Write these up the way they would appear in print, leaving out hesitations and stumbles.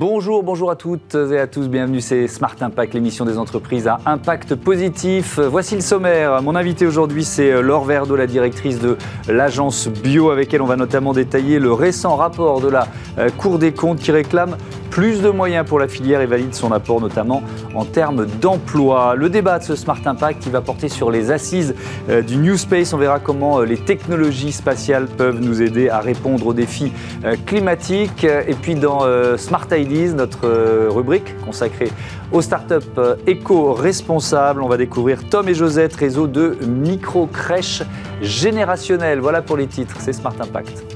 Bonjour à toutes et à tous, bienvenue, c'est Smart Impact, l'émission des entreprises à impact positif. Voici le sommaire. Mon invité aujourd'hui, c'est Laure Verdeau, la directrice de l'agence Bio, avec elle on va notamment détailler le récent rapport de la Cour des comptes qui réclame plus de moyens pour la filière et valide son apport notamment en termes d'emploi. Le débat de ce Smart Impact qui va porter sur les assises du New Space. On verra comment les technologies spatiales peuvent nous aider à répondre aux défis climatiques. Et puis dans Smart Ideas, notre rubrique consacrée aux startups éco-responsables, on va découvrir Tom et Josette, réseau de micro-crèches générationnelles. Voilà pour les titres, c'est Smart Impact.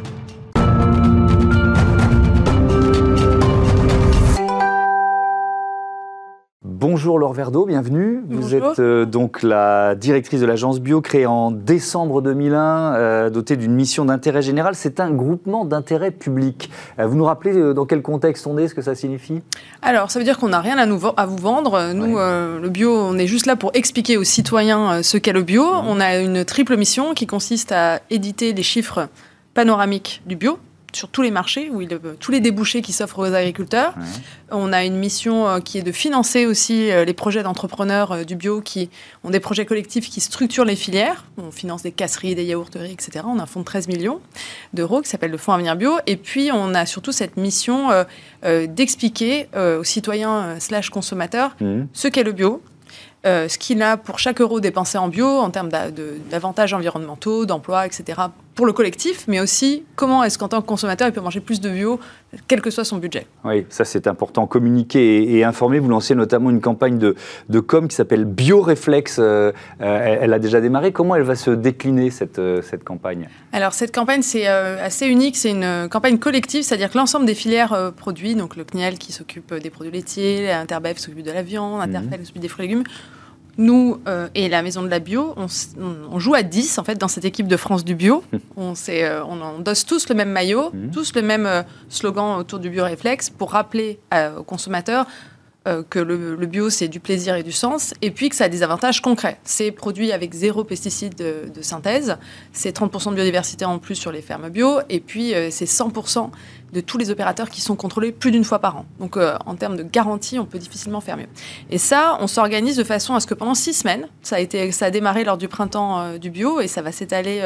Bonjour Laure Verdeau, bienvenue. Bonjour. Vous êtes donc la directrice de l'agence Bio, créée en décembre 2001, dotée d'une mission d'intérêt général. C'est un groupement d'intérêt public. Vous nous rappelez dans quel contexte on est, ce que ça signifie ? Alors, ça veut dire qu'on n'a rien à vous vendre. Nous, le bio, on est juste là pour expliquer aux citoyens ce qu'est le bio. On a une triple mission qui consiste à éditer les chiffres panoramiques du bio sur tous les marchés, tous les débouchés qui s'offrent aux agriculteurs. Ouais. On a une mission qui est de financer aussi les projets d'entrepreneurs du bio qui ont des projets collectifs qui structurent les filières. On finance des casseries, des yaourteries, etc. On a un fonds de 13 millions d'euros qui s'appelle le Fonds Avenir Bio. Et puis, on a surtout cette mission d'expliquer aux citoyens / consommateurs ce qu'est le bio, ce qu'il a pour chaque euro dépensé en bio en termes d'avantages environnementaux, d'emploi, etc. pour le collectif, mais aussi comment est-ce qu'en tant que consommateur, il peut manger plus de bio, quel que soit son budget. Oui, ça c'est important. Communiquer et informer. Vous lancez notamment une campagne de com qui s'appelle Bio-Réflexe. Elle a déjà démarré. Comment elle va se décliner, cette campagne ? Alors cette campagne, c'est assez unique. C'est une campagne collective, c'est-à-dire que l'ensemble des filières produits, donc le CNIEL qui s'occupe des produits laitiers, l'Interbev qui s'occupe de la viande, Interfel qui s'occupe des fruits et légumes, nous et la Maison de la Bio, on joue à 10 en fait dans cette équipe de France du bio. On endosse tous le même maillot, tous le même slogan autour du Bio-Réflexe pour rappeler aux consommateurs que le bio, c'est du plaisir et du sens, et puis que ça a des avantages concrets. C'est produit avec 0 pesticides de synthèse, c'est 30% de biodiversité en plus sur les fermes bio, et puis c'est 100% de tous les opérateurs qui sont contrôlés plus d'une fois par an. Donc en termes de garantie, on peut difficilement faire mieux. Et ça, on s'organise de façon à ce que pendant 6 semaines, ça a démarré lors du printemps du bio, et ça va s'étaler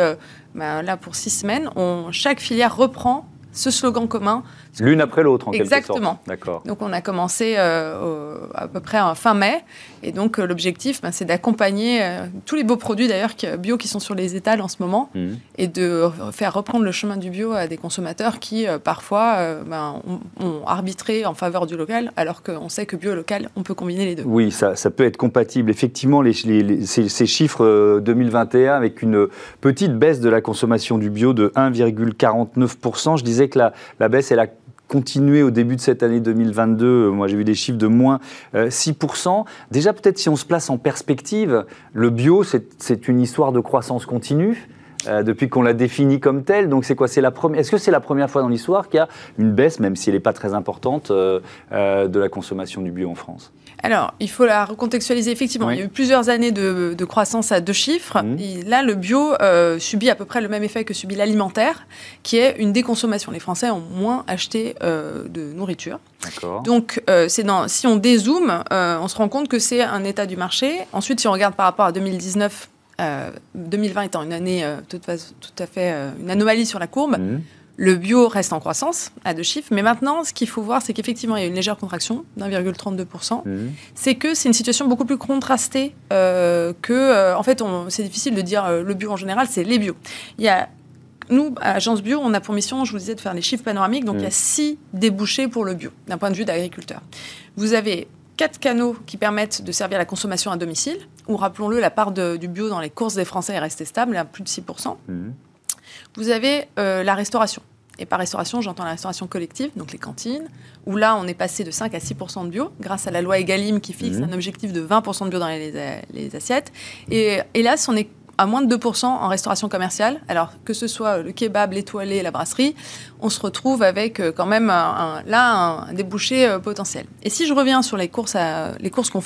là pour 6 semaines, chaque filière reprend ce slogan commun. L'une après l'autre, en quelque sorte. Exactement. D'accord. Donc, on a commencé à peu près fin mai. Et donc, l'objectif, c'est d'accompagner tous les beaux produits, d'ailleurs, bio qui sont sur les étals en ce moment, et de faire reprendre le chemin du bio à des consommateurs qui, parfois, ont arbitré en faveur du local, alors qu'on sait que bio et local, on peut combiner les deux. Oui, ça peut être compatible. Effectivement, ces chiffres 2021, avec une petite baisse de la consommation du bio de 1,49%, je disais que la baisse, elle a continué au début de cette année 2022. Moi, j'ai vu des chiffres de moins 6%. Déjà, peut-être si on se place en perspective, le bio, c'est une histoire de croissance continue. Depuis qu'on l'a défini comme tel. Donc c'est quoi ? Est-ce que c'est la première fois dans l'histoire qu'il y a une baisse, même si elle n'est pas très importante, de la consommation du bio en France ? Alors, il faut la recontextualiser. Effectivement, il y a eu plusieurs années de croissance à 2 chiffres. Et là, le bio subit à peu près le même effet que subit l'alimentaire, qui est une déconsommation. Les Français ont moins acheté de nourriture. D'accord. Donc, si on dézoome, on se rend compte que c'est un état du marché. Ensuite, si on regarde par rapport à 2019, 2020 étant une année tout à fait une anomalie sur la courbe, le bio reste en croissance à 2 chiffres. Mais maintenant, ce qu'il faut voir, c'est qu'effectivement, il y a une légère contraction d'1,32%. C'est que c'est une situation beaucoup plus contrastée en fait, c'est difficile de dire le bio en général, c'est les bio. Nous, à l'agence Bio, on a pour mission, je vous disais, de faire les chiffres panoramiques. Donc, il y a 6 débouchés pour le bio, d'un point de vue d'agriculteur. Vous avez 4 canaux qui permettent de servir la consommation à domicile, où, rappelons-le, la part du bio dans les courses des Français est restée stable, à plus de 6%. Vous avez la restauration. Et par restauration, j'entends la restauration collective, donc les cantines, où là, on est passé de 5 à 6% de bio, grâce à la loi Egalim qui fixe un objectif de 20% de bio dans les assiettes. Et hélas, on est à moins de 2% en restauration commerciale. Alors que ce soit le kebab, l'étoilé, la brasserie, on se retrouve avec quand même un débouché potentiel. Et si je reviens sur les courses qu'on fait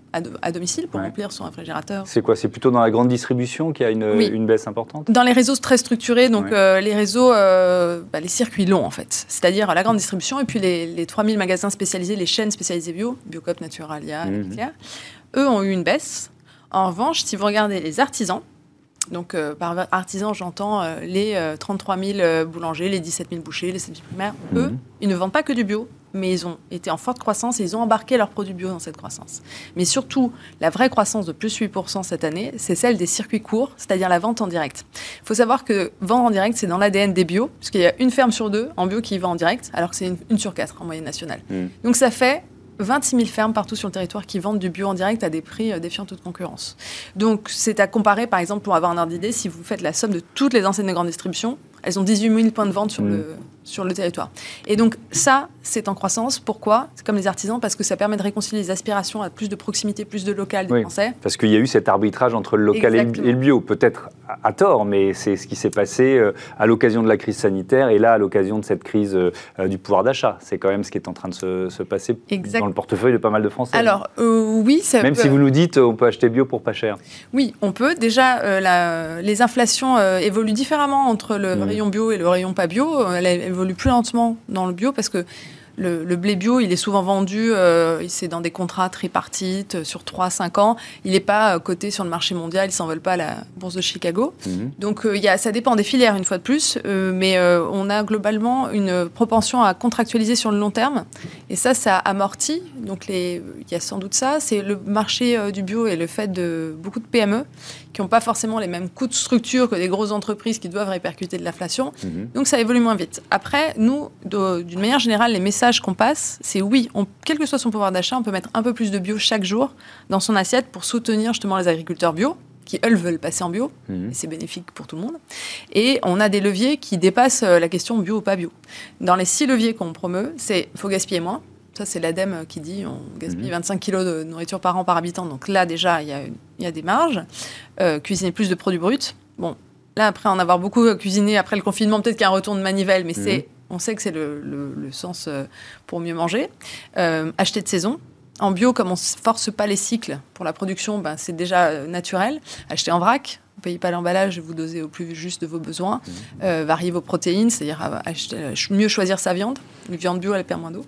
à domicile pour remplir son réfrigérateur. C'est quoi? C'est plutôt dans la grande distribution qu'il y a une baisse importante? Dans les réseaux très structurés, donc les réseaux, les circuits longs en fait, c'est-à-dire la grande distribution et puis les 3000 magasins spécialisés, les chaînes spécialisées bio, Biocoop, Naturalia, Leclerc, eux ont eu une baisse. En revanche, si vous regardez les artisans, donc par artisans j'entends les 33 000 boulangers, les 17 000 bouchers, les 7 000 primaires, eux, ils ne vendent pas que du bio, mais ils ont été en forte croissance et ils ont embarqué leurs produits bio dans cette croissance. Mais surtout, la vraie croissance de plus 8% cette année, c'est celle des circuits courts, c'est-à-dire la vente en direct. Il faut savoir que vendre en direct, c'est dans l'ADN des bio, puisqu'il y a une ferme sur 2 en bio qui vend en direct, alors que c'est une sur 4 en moyenne nationale. Donc ça fait 26 000 fermes partout sur le territoire qui vendent du bio en direct à des prix défiant toute concurrence. Donc c'est à comparer, par exemple, pour avoir un ordre d'idée, si vous faites la somme de toutes les enseignes de grande distribution, elles ont 18 000 points de vente sur le territoire. Et donc ça, c'est en croissance. Pourquoi? C'est comme les artisans, parce que ça permet de réconcilier les aspirations à plus de proximité, plus de local des Français. Parce qu'il y a eu cet arbitrage entre le local et le bio, peut-être à tort, mais c'est ce qui s'est passé à l'occasion de la crise sanitaire et là, à l'occasion de cette crise du pouvoir d'achat. C'est quand même ce qui est en train de se passer dans le portefeuille de pas mal de Français. Alors, oui, ça même si vous nous dites on peut acheter bio pour pas cher. Oui, on peut. Déjà, les inflations évoluent différemment entre le rayon bio et le rayon pas bio. Elle évolue plus lentement dans le bio parce que le blé bio, il est souvent vendu, c'est dans des contrats tripartites sur 3-5 ans. Il n'est pas coté sur le marché mondial, il ne s'envole pas à la bourse de Chicago. Donc ça dépend des filières une fois de plus, mais on a globalement une propension à contractualiser sur le long terme. Et ça amortit. Donc il y a sans doute ça. C'est le marché du bio et le fait de beaucoup de PME qui n'ont pas forcément les mêmes coûts de structure que des grosses entreprises qui doivent répercuter de l'inflation. Donc ça évolue moins vite. Après, nous, d'une manière générale, les messages qu'on passe, c'est oui, quel que soit son pouvoir d'achat, on peut mettre un peu plus de bio chaque jour dans son assiette pour soutenir justement les agriculteurs bio, qui eux veulent passer en bio, et c'est bénéfique pour tout le monde. Et on a des leviers qui dépassent la question bio ou pas bio. Dans les 6 leviers qu'on promeut, c'est faut gaspiller moins. Ça, c'est l'ADEME qui dit on gaspille 25 kilos de nourriture par an par habitant. Donc là, déjà, il y a des marges. Cuisiner plus de produits bruts. Bon, là, après en avoir beaucoup cuisiné après le confinement, peut-être qu'il y a un retour de manivelle, mais on sait que c'est le sens pour mieux manger. Acheter de saison. En bio, comme on ne force pas les cycles pour la production, c'est déjà naturel. Acheter en vrac. Vous ne payez pas l'emballage, vous dosez au plus juste de vos besoins. Varier vos protéines, c'est-à-dire mieux choisir sa viande. Une viande bio, elle perd moins d'eau.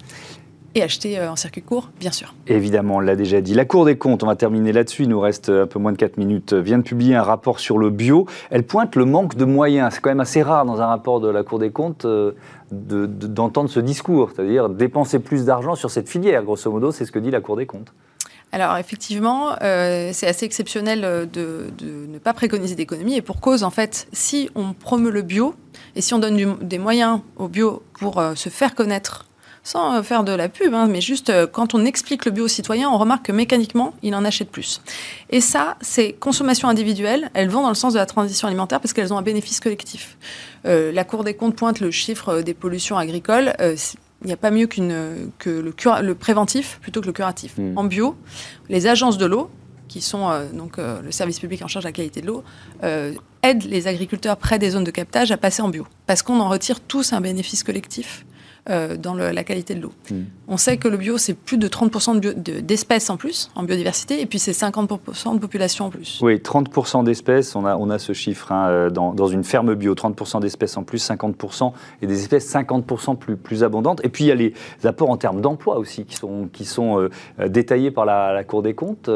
Et acheter en circuit court, bien sûr. Évidemment, on l'a déjà dit. La Cour des comptes, on va terminer là-dessus, il nous reste un peu moins de 4 minutes, vient de publier un rapport sur le bio. Elle pointe le manque de moyens. C'est quand même assez rare dans un rapport de la Cour des comptes d'entendre ce discours, c'est-à-dire dépenser plus d'argent sur cette filière. Grosso modo, c'est ce que dit la Cour des comptes. Alors effectivement, c'est assez exceptionnel de ne pas préconiser d'économie. Et pour cause, en fait, si on promeut le bio et si on donne des moyens au bio pour se faire connaître, sans faire de la pub, mais juste quand on explique le bio aux citoyens, on remarque que mécaniquement, il en achète plus. Et ça, c'est consommation individuelle. Elles vont dans le sens de la transition alimentaire parce qu'elles ont un bénéfice collectif. La Cour des comptes pointe le chiffre des pollutions agricoles. Il n'y a pas mieux que le préventif plutôt que le curatif. En bio, les agences de l'eau, qui sont le service public en charge de la qualité de l'eau, aident les agriculteurs près des zones de captage à passer en bio. Parce qu'on en retire tous un bénéfice collectif dans la qualité de l'eau. On sait que le bio, c'est plus de 30% d'espèces en plus, en biodiversité, et puis c'est 50% de population en plus. Oui, 30% d'espèces, on a ce chiffre dans une ferme bio, 30% d'espèces en plus, 50%, et des espèces 50% plus abondantes. Et puis il y a les apports en termes d'emploi aussi, qui sont détaillés par la Cour des comptes.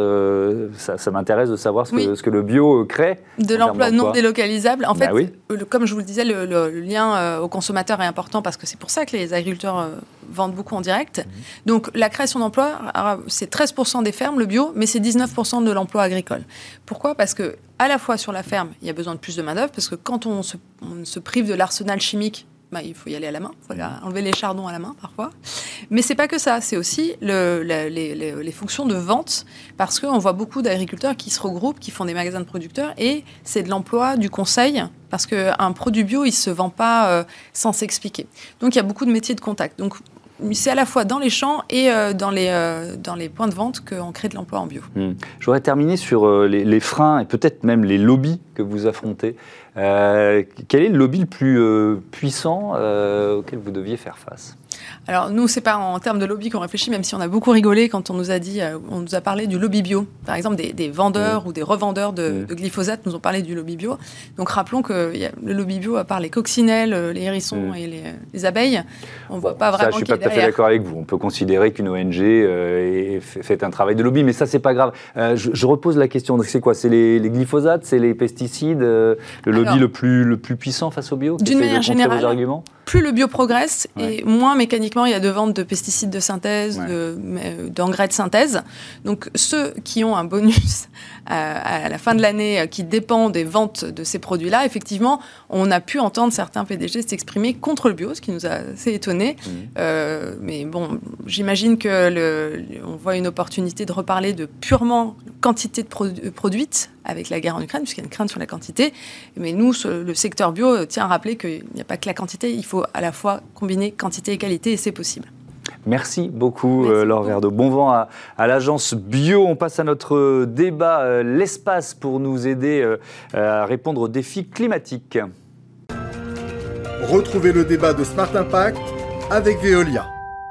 Ça m'intéresse de savoir ce que le bio crée. De l'emploi non délocalisable. En fait, comme je vous le disais, le lien au consommateur est important parce que c'est pour ça que les agriculteurs vendent beaucoup en direct. Donc la création d'emplois, c'est 13% des fermes, le bio, mais c'est 19% de l'emploi agricole. Pourquoi ? Parce que à la fois sur la ferme, il y a besoin de plus de main-d'œuvre, parce que quand on se prive de l'arsenal chimique, il faut y aller à la main, il faut enlever les chardons à la main parfois. Mais c'est pas que ça, c'est aussi les fonctions de vente, parce qu'on voit beaucoup d'agriculteurs qui se regroupent, qui font des magasins de producteurs, et c'est de l'emploi, du conseil, parce qu'un produit bio, il se vend pas sans s'expliquer. Donc il y a beaucoup de métiers de contact. Donc c'est à la fois dans les champs et dans les points de vente qu'on crée de l'emploi en bio. J'aurais terminé sur les freins et peut-être même les lobbies que vous affrontez. Quel est le lobby le plus puissant auquel vous deviez faire face ? Alors nous, c'est pas en termes de lobby qu'on réfléchit, même si on a beaucoup rigolé quand on nous a parlé du lobby bio. Par exemple, des vendeurs ou des revendeurs de glyphosate nous ont parlé du lobby bio. Donc rappelons que le lobby bio, à part les coccinelles, les hérissons et les abeilles, on ne voit pas vraiment. Ça, je suis pas tout à fait d'accord avec vous. On peut considérer qu'une ONG fait un travail de lobby, mais ça, c'est pas grave. Je repose la question. C'est quoi? C'est les glyphosates, c'est les pesticides, le lobby le plus puissant face au bio? D'une manière générale, arguments plus le bio progresse et moins mécaniquement il y a de ventes de pesticides de synthèse, d'engrais de synthèse. Donc ceux qui ont un bonus à la fin de l'année qui dépend des ventes de ces produits-là, effectivement, on a pu entendre certains PDG s'exprimer contre le bio, ce qui nous a assez étonnés. Mais bon, j'imagine qu'on voit une opportunité de reparler de purement quantité de produite avec la guerre en Ukraine, puisqu'il y a une crainte sur la quantité. Mais nous, le secteur bio tient à rappeler qu'il n'y a pas que la quantité, il faut à la fois combiner quantité et qualité, et c'est possible. Merci beaucoup, Laure Verdeau. Bon vent à l'agence bio. On passe à notre débat, l'espace, pour nous aider à répondre aux défis climatiques. Retrouvez le débat de Smart Impact avec Veolia.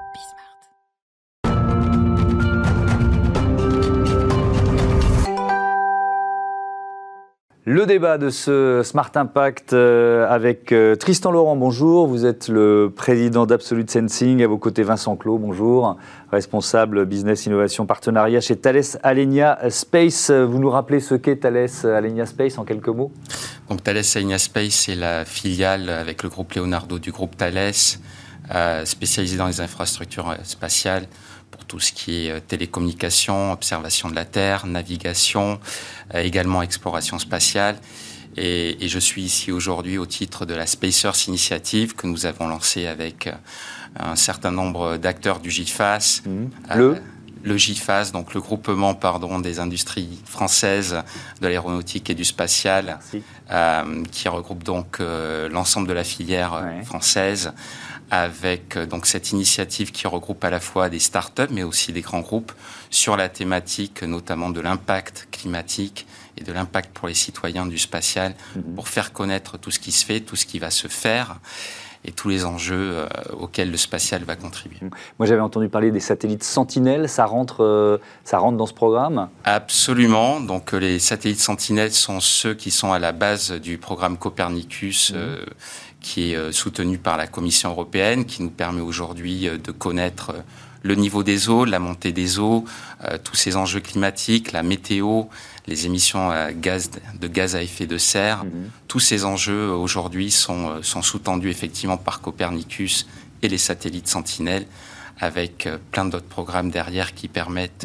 Le débat de ce Smart Impact avec Tristan Laurent, bonjour. Vous êtes le président d'Absolute Sensing. À vos côtés, Vincent Clos, bonjour. Responsable business, innovation, partenariat chez Thales Alenia Space. Vous nous rappelez ce qu'est Thales Alenia Space en quelques mots? Donc Thales Alenia Space, c'est la filiale avec le groupe Leonardo du groupe Thales, spécialisée dans les infrastructures spatiales, pour tout ce qui est télécommunications, observation de la Terre, navigation, également exploration spatiale. Et je suis ici aujourd'hui au titre de la Space Earth Initiative que nous avons lancée avec un certain nombre d'acteurs du GIFAS. Le GIFAS, donc le groupement des industries françaises de l'aéronautique et du spatial, qui regroupe donc l'ensemble de la filière française, avec donc cette initiative qui regroupe à la fois des start-up mais aussi des grands groupes sur la thématique notamment de l'impact climatique et de l'impact pour les citoyens du spatial, pour faire connaître tout ce qui se fait, tout ce qui va se faire et tous les enjeux auxquels le spatial va contribuer. Moi, j'avais entendu parler des satellites Sentinelle. Ça rentre dans ce programme? Absolument. Donc, les satellites Sentinelle sont ceux qui sont à la base du programme Copernicus, qui est soutenu par la Commission européenne, qui nous permet aujourd'hui de connaître le niveau des eaux, la montée des eaux, tous ces enjeux climatiques, la météo, les émissions de gaz à effet de serre. Tous ces enjeux aujourd'hui sont sous-tendus effectivement par Copernicus et les satellites Sentinelle, avec plein d'autres programmes derrière qui permettent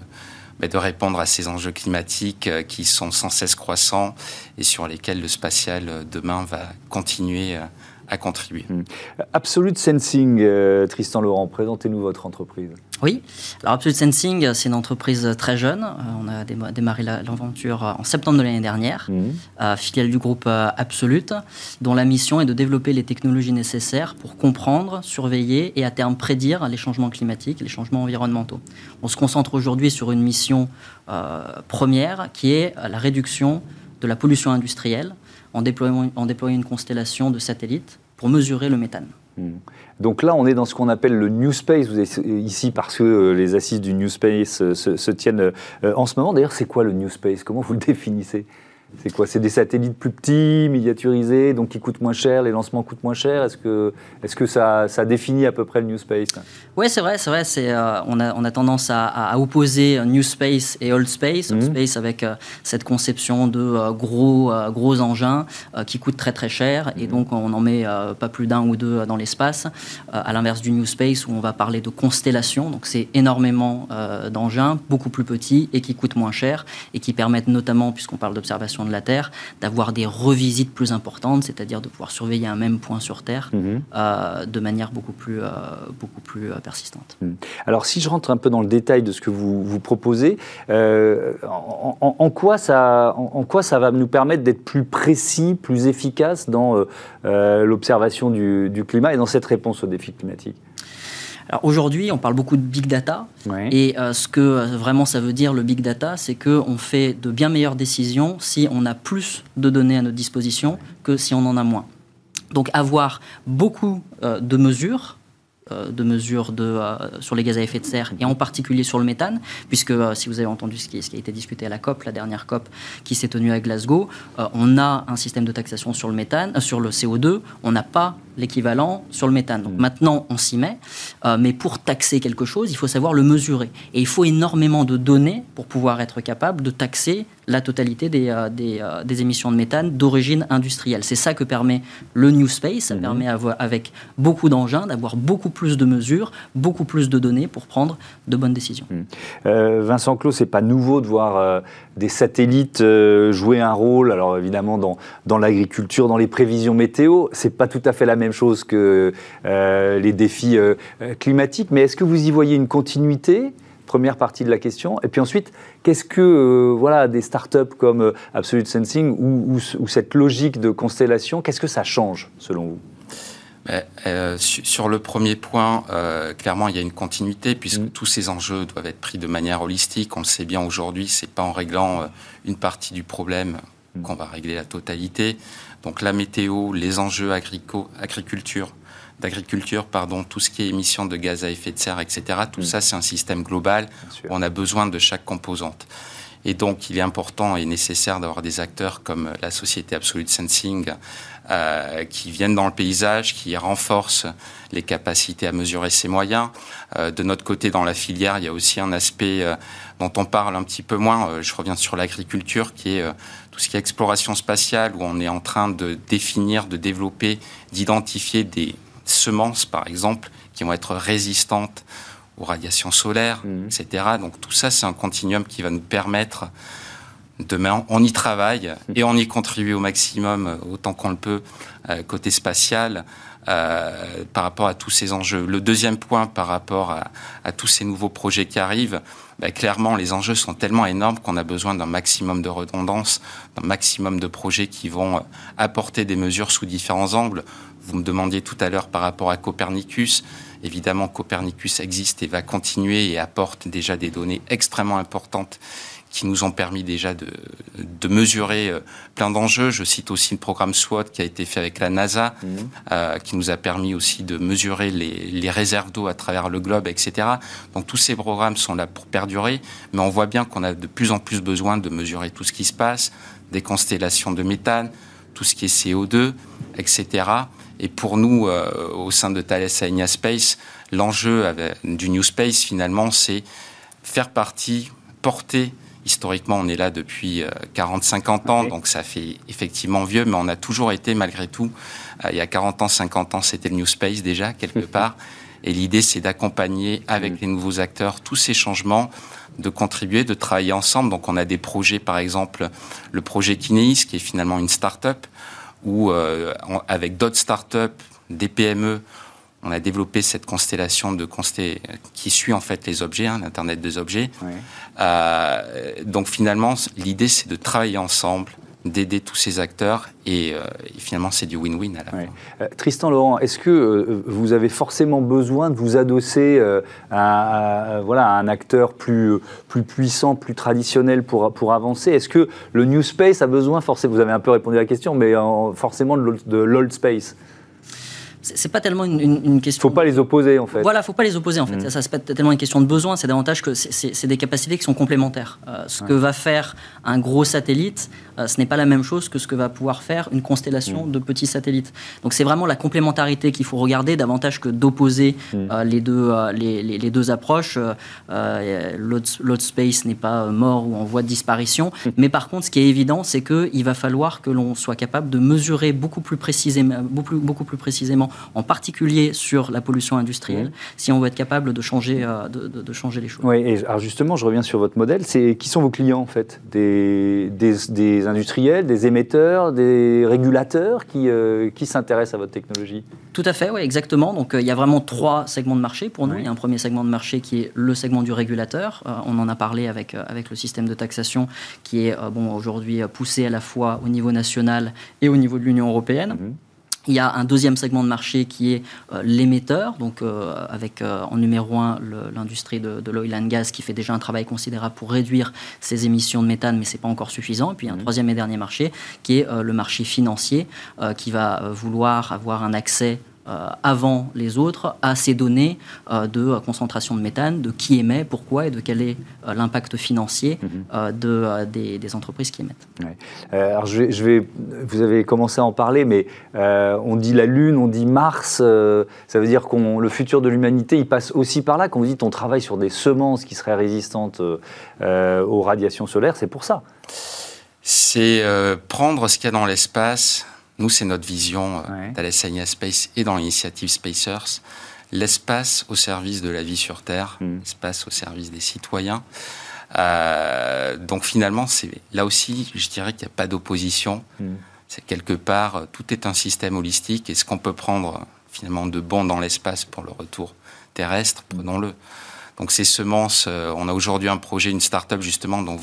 de répondre à ces enjeux climatiques qui sont sans cesse croissants et sur lesquels le spatial demain va continuer à contribuer. Absolute Sensing, Tristan Laurent, présentez-nous votre entreprise. Oui, alors Absolute Sensing, c'est une entreprise très jeune. On a démarré l'aventure en septembre de l'année dernière, filiale du groupe Absolute, dont la mission est de développer les technologies nécessaires pour comprendre, surveiller et à terme prédire les changements climatiques, les changements environnementaux. On se concentre aujourd'hui sur une mission première qui est la réduction de la pollution industrielle en déployant une constellation de satellites pour mesurer le méthane. Donc là, on est dans ce qu'on appelle le New Space. Vous êtes ici parce que les assises du New Space se tiennent en ce moment. D'ailleurs, c'est quoi le New Space? Comment vous le définissez? C'est quoi? C'est des satellites plus petits, miniaturisés, donc qui coûtent moins cher, les lancements coûtent moins cher. Est-ce que ça définit à peu près le New Space? Oui, c'est vrai. On a tendance à opposer New Space et Old Space. Old Space avec cette conception de gros engins qui coûtent très très cher et donc on n'en met pas plus d'un ou deux dans l'espace. À l'inverse du New Space où on va parler de constellations, donc c'est énormément d'engins, beaucoup plus petits et qui coûtent moins cher et qui permettent notamment, puisqu'on parle d'observation de la Terre, d'avoir des revisites plus importantes, c'est-à-dire de pouvoir surveiller un même point sur Terre de manière beaucoup plus persistante. Alors si je rentre un peu dans le détail de ce que vous proposez, en quoi ça va nous permettre d'être plus précis, plus efficace dans l'observation du climat et dans cette réponse aux défis climatiques? Alors aujourd'hui, on parle beaucoup de big data, et ce que vraiment ça veut dire le big data, c'est qu'on fait de bien meilleures décisions si on a plus de données à notre disposition que si on en a moins. Donc avoir beaucoup de mesures de mesures sur les gaz à effet de serre, et en particulier sur le méthane, puisque si vous avez entendu ce qui a été discuté à la COP, la dernière COP qui s'est tenue à Glasgow, on a un système de taxation sur le méthane, sur le CO2, on n'a pas l'équivalent sur le méthane. Donc maintenant, on s'y met, mais pour taxer quelque chose, il faut savoir le mesurer. Et il faut énormément de données pour pouvoir être capable de taxer la totalité des émissions de méthane d'origine industrielle. C'est ça que permet le New Space. Ça permet, avec beaucoup d'engins, d'avoir beaucoup plus de mesures, beaucoup plus de données pour prendre de bonnes décisions. Vincent Clos, c'est pas nouveau de voir des satellites jouer un rôle, alors évidemment dans l'agriculture, dans les prévisions météo. C'est pas tout à fait la même chose que les défis climatiques, mais est-ce que vous y voyez une continuité ? Première partie de la question. Et puis ensuite, qu'est-ce que des startups comme Absolute Sensing ou cette logique de constellation, qu'est-ce que ça change selon vous ? Sur le premier point, clairement, il y a une continuité puisque tous ces enjeux doivent être pris de manière holistique. On le sait bien aujourd'hui, c'est pas en réglant une partie du problème qu'on va régler la totalité. Donc la météo, les enjeux d'agriculture, tout ce qui est émissions de gaz à effet de serre, etc. Tout ça, c'est un système global où on a besoin de chaque composante. Et donc, il est important et nécessaire d'avoir des acteurs comme la société Absolute Sensing qui viennent dans le paysage, qui renforcent les capacités à mesurer ces moyens. De notre côté, dans la filière, il y a aussi un aspect dont on parle un petit peu moins. Je reviens sur l'agriculture, qui est tout ce qui est exploration spatiale, où on est en train de définir, de développer, d'identifier des semences, par exemple, qui vont être résistantes aux radiations solaires, etc. Donc tout ça, c'est un continuum qui va nous permettre, demain, on y travaille et on y contribue au maximum, autant qu'on le peut, côté spatial, par rapport à tous ces enjeux. Le deuxième point, par rapport à tous ces nouveaux projets qui arrivent, clairement, les enjeux sont tellement énormes qu'on a besoin d'un maximum de redondance, d'un maximum de projets qui vont apporter des mesures sous différents angles. Vous me demandiez tout à l'heure par rapport à Copernicus. Évidemment, Copernicus existe et va continuer et apporte déjà des données extrêmement importantes qui nous ont permis déjà de mesurer plein d'enjeux. Je cite aussi le programme SWOT qui a été fait avec la NASA, qui nous a permis aussi de mesurer les réserves d'eau à travers le globe, etc. Donc tous ces programmes sont là pour perdurer, mais on voit bien qu'on a de plus en plus besoin de mesurer tout ce qui se passe, des constellations de méthane, tout ce qui est CO2, etc. Et pour nous, au sein de Thales Alenia Space, l'enjeu du New Space, finalement, c'est faire partie, porter. Historiquement, on est là depuis 40-50 ans, donc ça fait effectivement vieux, mais on a toujours été, malgré tout, il y a 40 ans, 50 ans, c'était le New Space déjà, quelque part. Et l'idée, c'est d'accompagner avec les nouveaux acteurs tous ces changements, de contribuer, de travailler ensemble. Donc on a des projets, par exemple, le projet Kineis, qui est finalement une start-up, où avec d'autres start-up, des PME, on a développé cette constellation qui suit en fait les objets, l'Internet des objets. Oui. Donc finalement, l'idée, c'est de travailler ensemble, d'aider tous ces acteurs et finalement, c'est du win-win à la fin. Tristan Laurent, est-ce que vous avez forcément besoin de vous adosser à un acteur plus puissant, plus traditionnel pour avancer ? Est-ce que le New Space a besoin forcément, vous avez un peu répondu à la question, mais forcément de l'Old Space ? C'est pas tellement une question. Faut pas les opposer en fait. Voilà, faut pas les opposer en fait. Ça c'est pas tellement une question de besoin, c'est davantage que c'est des capacités qui sont complémentaires. Ce que va faire un gros satellite, ce n'est pas la même chose que ce que va pouvoir faire une constellation de petits satellites. Donc c'est vraiment la complémentarité qu'il faut regarder davantage que d'opposer les deux approches. L'autre space n'est pas mort ou en voie de disparition, mais par contre, ce qui est évident, c'est qu'il va falloir que l'on soit capable de mesurer beaucoup plus précisément, en particulier sur la pollution industrielle, si on veut être capable de changer les choses. Oui, et alors justement, je reviens sur votre modèle. Qui sont vos clients en fait ? Des industriels, des émetteurs, des régulateurs qui s'intéressent à votre technologie ? Tout à fait, oui, exactement. Donc il y a vraiment 3 segments de marché pour nous. Il y a un premier segment de marché qui est le segment du régulateur. On en a parlé avec le système de taxation qui est aujourd'hui poussé à la fois au niveau national et au niveau de l'Union européenne. Il y a un deuxième segment de marché qui est l'émetteur, donc avec en numéro 1 l'industrie de l'oil and gas qui fait déjà un travail considérable pour réduire ses émissions de méthane, mais ce n'est pas encore suffisant. Et puis un troisième et dernier marché qui est le marché financier qui va vouloir avoir un accès avant les autres à ces données de concentration de méthane, de qui émet, pourquoi et de quel est l'impact financier des entreprises qui émettent. Ouais. Alors vous avez commencé à en parler, mais on dit la Lune, on dit Mars, ça veut dire que le futur de l'humanité, il passe aussi par là. Quand vous dites on travaille sur des semences qui seraient résistantes aux radiations solaires, c'est pour ça. C'est prendre ce qu'il y a dans l'espace. Nous, c'est notre vision Thales Alenia Space et dans l'initiative Space Earth. L'espace au service de la vie sur Terre, l'espace au service des citoyens. Donc finalement, là aussi, je dirais qu'il n'y a pas d'opposition. C'est quelque part, tout est un système holistique. Et ce qu'on peut prendre finalement de bon dans l'espace pour le retour terrestre, prenons-le. Donc ces semences, on a aujourd'hui un projet, une start-up justement, dont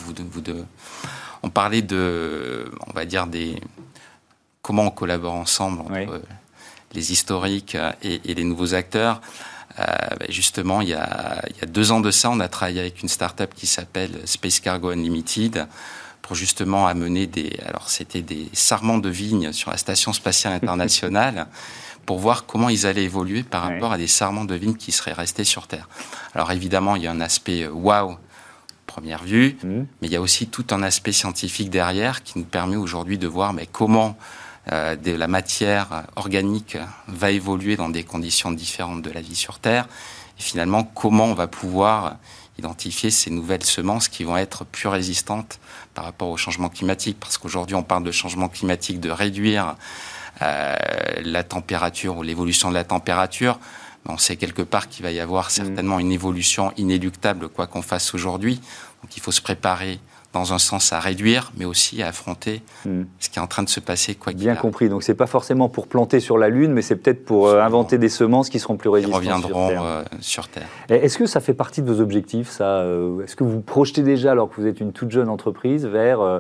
on parlait on va dire comment on collabore ensemble entre les historiques et les nouveaux acteurs. Justement, il y a 2 ans de ça, on a travaillé avec une start-up qui s'appelle Space Cargo Unlimited pour justement amener c'était des sarments de vigne sur la Station Spatiale Internationale pour voir comment ils allaient évoluer par rapport à des sarments de vigne qui seraient restés sur Terre. Alors évidemment, il y a un aspect wow, première vue, mais il y a aussi tout un aspect scientifique derrière qui nous permet aujourd'hui de voir comment de la matière organique va évoluer dans des conditions différentes de la vie sur Terre, et finalement comment on va pouvoir identifier ces nouvelles semences qui vont être plus résistantes par rapport au changement climatique, parce qu'aujourd'hui on parle de changement climatique, de réduire la température ou l'évolution de la température. On sait quelque part qu'il va y avoir certainement une évolution inéluctable quoi qu'on fasse aujourd'hui, donc il faut se préparer dans un sens à réduire, mais aussi à affronter ce qui est en train de se passer. Bien compris. Donc, ce n'est pas forcément pour planter sur la Lune, mais c'est peut-être pour inventer des semences qui seront plus résistantes sur Terre. Est-ce que ça fait partie de vos objectifs, ça Est-ce que vous projetez déjà, alors que vous êtes une toute jeune entreprise, vers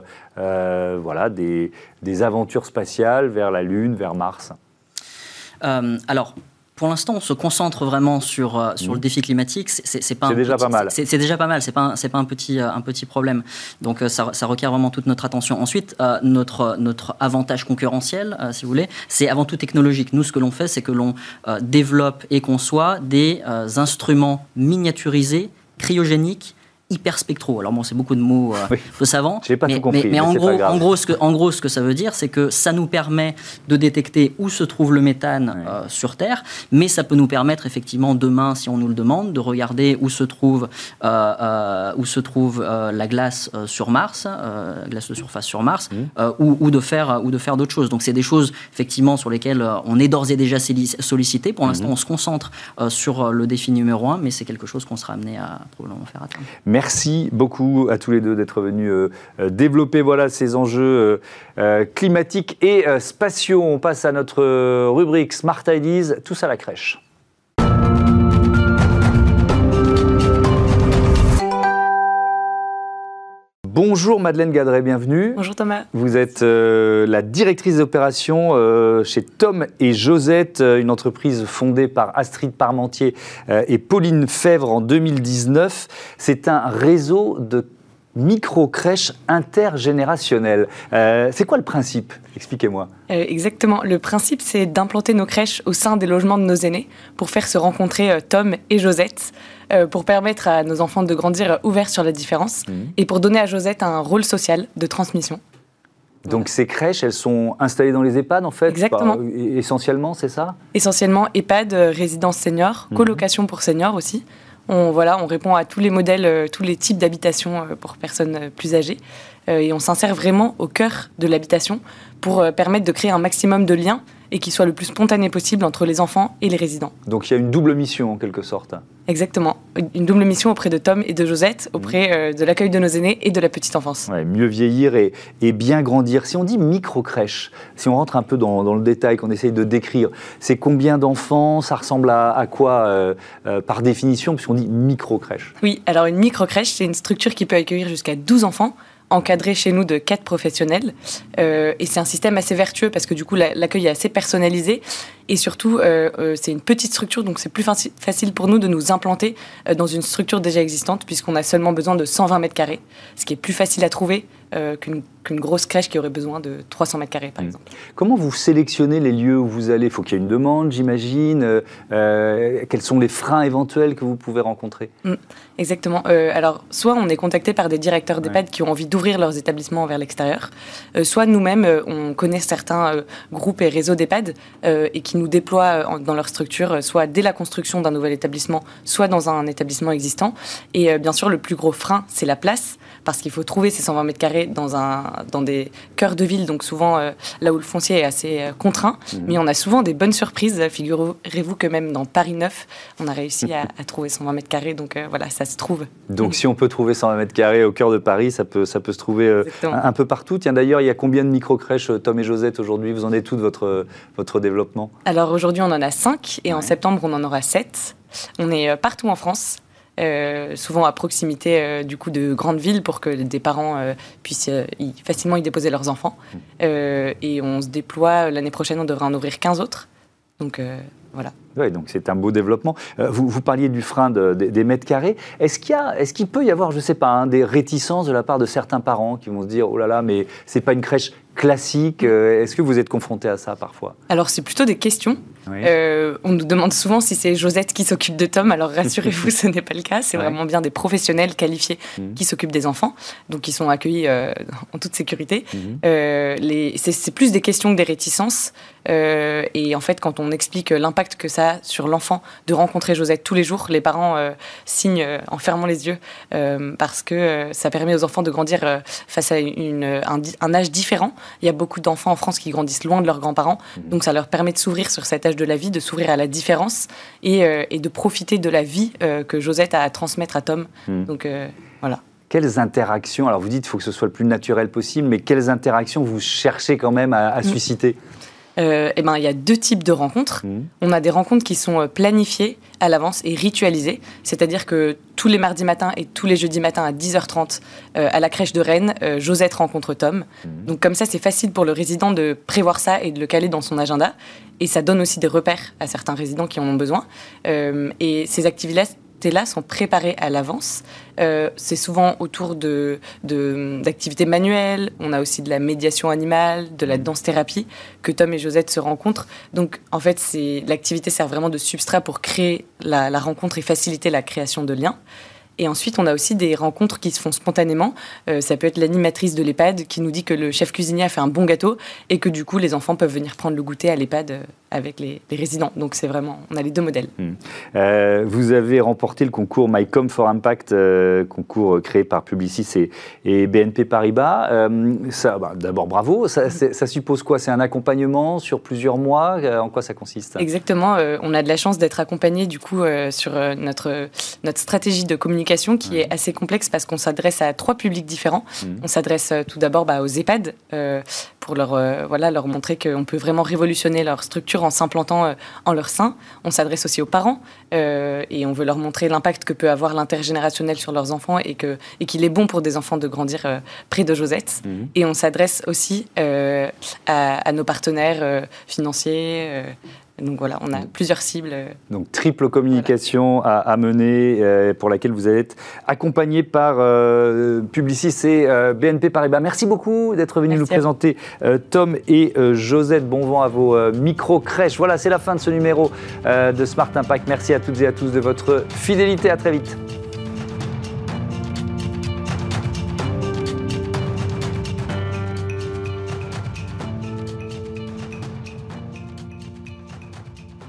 des aventures spatiales, vers la Lune, vers Mars ? Alors, pour l'instant, on se concentre vraiment sur le défi climatique. C'est déjà pas mal. C'est déjà pas mal. C'est pas un petit problème. Donc ça requiert vraiment toute notre attention. Ensuite, notre avantage concurrentiel, si vous voulez, c'est avant tout technologique. Nous, ce que l'on fait, c'est que l'on développe et conçoit des instruments miniaturisés, cryogéniques, hyperspectraux. Alors bon, c'est beaucoup de mots peu savants. J'ai pas tout compris, mais en gros, ce que ça veut dire, c'est que ça nous permet de détecter où se trouve le méthane sur Terre, mais ça peut nous permettre effectivement demain, si on nous le demande, de regarder où se trouve la glace sur Mars, glace de surface sur Mars, ou de faire d'autres choses. Donc c'est des choses effectivement sur lesquelles on est d'ores et déjà sollicité. Pour l'instant, on se concentre sur le défi numéro 1, mais c'est quelque chose qu'on sera amené à probablement faire atteindre. Merci beaucoup à tous les deux d'être venus développer ces enjeux climatiques et spatiaux. On passe à notre rubrique Smart Ideas, tous à la crèche. Bonjour Madeleine Gadret, bienvenue. Bonjour Thomas. Vous êtes la directrice d'opération chez Tom et Josette, une entreprise fondée par Astrid Parmentier et Pauline Fèvre en 2019. C'est un réseau de micro-crèches intergénérationnelles. C'est quoi le principe ? Expliquez-moi. Exactement. Le principe, c'est d'implanter nos crèches au sein des logements de nos aînés pour faire se rencontrer Tom et Josette, pour permettre à nos enfants de grandir ouverts sur la différence et pour donner à Josette un rôle social de transmission. Donc ces crèches, elles sont installées dans les EHPAD en fait ? Exactement. Essentiellement, c'est ça ? Essentiellement EHPAD, résidence senior, colocation pour seniors aussi. On répond à tous les modèles, tous les types d'habitation pour personnes plus âgées. Et on s'insère vraiment au cœur de l'habitation pour permettre de créer un maximum de liens et qu'il soit le plus spontané possible entre les enfants et les résidents. Donc il y a une double mission en quelque sorte. Exactement. Une double mission auprès de Tom et de Josette, auprès de l'accueil de nos aînés et de la petite enfance. Ouais, mieux vieillir et bien grandir. Si on dit micro-crèche, si on rentre un peu dans le détail, qu'on essaye de décrire, c'est combien d'enfants ? Ça ressemble à quoi par définition, puisqu'on dit micro-crèche ? Oui, alors une micro-crèche, c'est une structure qui peut accueillir jusqu'à 12 enfants, encadré chez nous de 4 professionnels. Et c'est un système assez vertueux parce que du coup, l'accueil est assez personnalisé. Et surtout, c'est une petite structure, donc c'est plus facile pour nous de nous implanter dans une structure déjà existante puisqu'on a seulement besoin de 120 mètres carrés, ce qui est plus facile à trouver qu'une grosse crèche qui aurait besoin de 300 mètres carrés, par exemple. Comment vous sélectionnez les lieux où vous allez ? Il faut qu'il y ait une demande, j'imagine. Quels sont les freins éventuels que vous pouvez rencontrer ? Exactement. Alors, soit on est contacté par des directeurs d'EHPAD qui ont envie d'ouvrir leurs établissements vers l'extérieur, soit nous-mêmes, on connaît certains groupes et réseaux d'EHPAD et qui nous déploient dans leur structure, soit dès la construction d'un nouvel établissement, soit dans un établissement existant. Et bien sûr, le plus gros frein, c'est la place, parce qu'il faut trouver ces 120 mètres carrés dans des cœurs de ville, donc souvent là où le foncier est assez contraint. Mais on a souvent des bonnes surprises. Figurez-vous que même dans Paris 9, on a réussi à trouver 120 mètres carrés, donc voilà, ça se trouve. Donc si on peut trouver 120 mètres carrés au cœur de Paris, ça peut se trouver un peu partout. Tiens, d'ailleurs, il y a combien de micro-crèches, Tom et Josette, aujourd'hui ? Vous en êtes où de votre développement ? Alors aujourd'hui, on en a 5 et en septembre, on en aura 7. On est partout en France. Souvent à proximité du coup de grandes villes pour que des parents puissent facilement y déposer leurs enfants. Et on se déploie, l'année prochaine, on devrait en ouvrir 15 autres. Donc voilà. Oui, donc c'est un beau développement. Vous parliez du frein des mètres carrés. Est-ce qu'il peut y avoir, je ne sais pas, des réticences de la part de certains parents qui vont se dire « Oh là là, mais ce n'est pas une crèche classique ». Est-ce que vous êtes confronté à ça parfois ? Alors c'est plutôt des questions. Oui. On nous demande souvent si c'est Josette qui s'occupe de Tom. Alors rassurez-vous, ce n'est pas le cas. C'est vraiment bien des professionnels qualifiés qui s'occupent des enfants, donc ils sont accueillis en toute sécurité. C'est plus des questions que des réticences. Et en fait, quand on explique l'impact que ça a sur l'enfant de rencontrer Josette tous les jours, les parents signent en fermant les yeux parce que ça permet aux enfants de grandir face à un âge différent. Il y a beaucoup d'enfants en France qui grandissent loin de leurs grands-parents, donc ça leur permet de s'ouvrir sur cet âge de la vie, de s'ouvrir à la différence et de profiter de la vie que Josette a à transmettre à Tom. Donc voilà. Quelles interactions, alors vous dites qu'il faut que ce soit le plus naturel possible, mais quelles interactions vous cherchez quand même à susciter ? Il y a 2 types de rencontres. On a des rencontres qui sont planifiées à l'avance et ritualisées, c'est-à-dire que tous les mardis matins et tous les jeudis matins à 10h30 à la crèche de Rennes, Josette rencontre Tom. Donc comme ça, c'est facile pour le résident de prévoir ça et de le caler dans son agenda. Et ça donne aussi des repères à certains résidents qui en ont besoin. Et ces activités-là sont préparées à l'avance. C'est souvent autour d'activités manuelles. On a aussi de la médiation animale, de la danse-thérapie, que Tom et Josette se rencontrent. Donc, en fait, l'activité sert vraiment de substrat pour créer la rencontre et faciliter la création de liens. Et ensuite, on a aussi des rencontres qui se font spontanément. Ça peut être l'animatrice de l'EHPAD qui nous dit que le chef cuisinier a fait un bon gâteau et que du coup, les enfants peuvent venir prendre le goûter à l'EHPAD avec les résidents. Donc, c'est vraiment, on a les 2 modèles. Vous avez remporté le concours MyCom for Impact, concours créé par Publicis et BNP Paribas. D'abord, bravo. Ça suppose quoi ? C'est un accompagnement sur plusieurs mois ? En quoi ça consiste ? Exactement. On a de la chance d'être accompagné du coup sur notre stratégie de communication qui est assez complexe parce qu'on s'adresse à 3 publics différents. On s'adresse tout d'abord aux EHPAD pour leur montrer qu'on peut vraiment révolutionner leur structure en s'implantant en leur sein. On s'adresse aussi aux parents et on veut leur montrer l'impact que peut avoir l'intergénérationnel sur leurs enfants et qu'il est bon pour des enfants de grandir près de Josette. Et on s'adresse aussi à nos partenaires financiers. Donc voilà, on a plusieurs cibles. Donc triple communication à mener pour laquelle vous allez être accompagné par Publicis et BNP Paribas. Merci beaucoup d'être venu nous présenter Tom et Josette. Bon vent à vos micro-crèches. Voilà, c'est la fin de ce numéro de Smart Impact. Merci à toutes et à tous de votre fidélité. À très vite.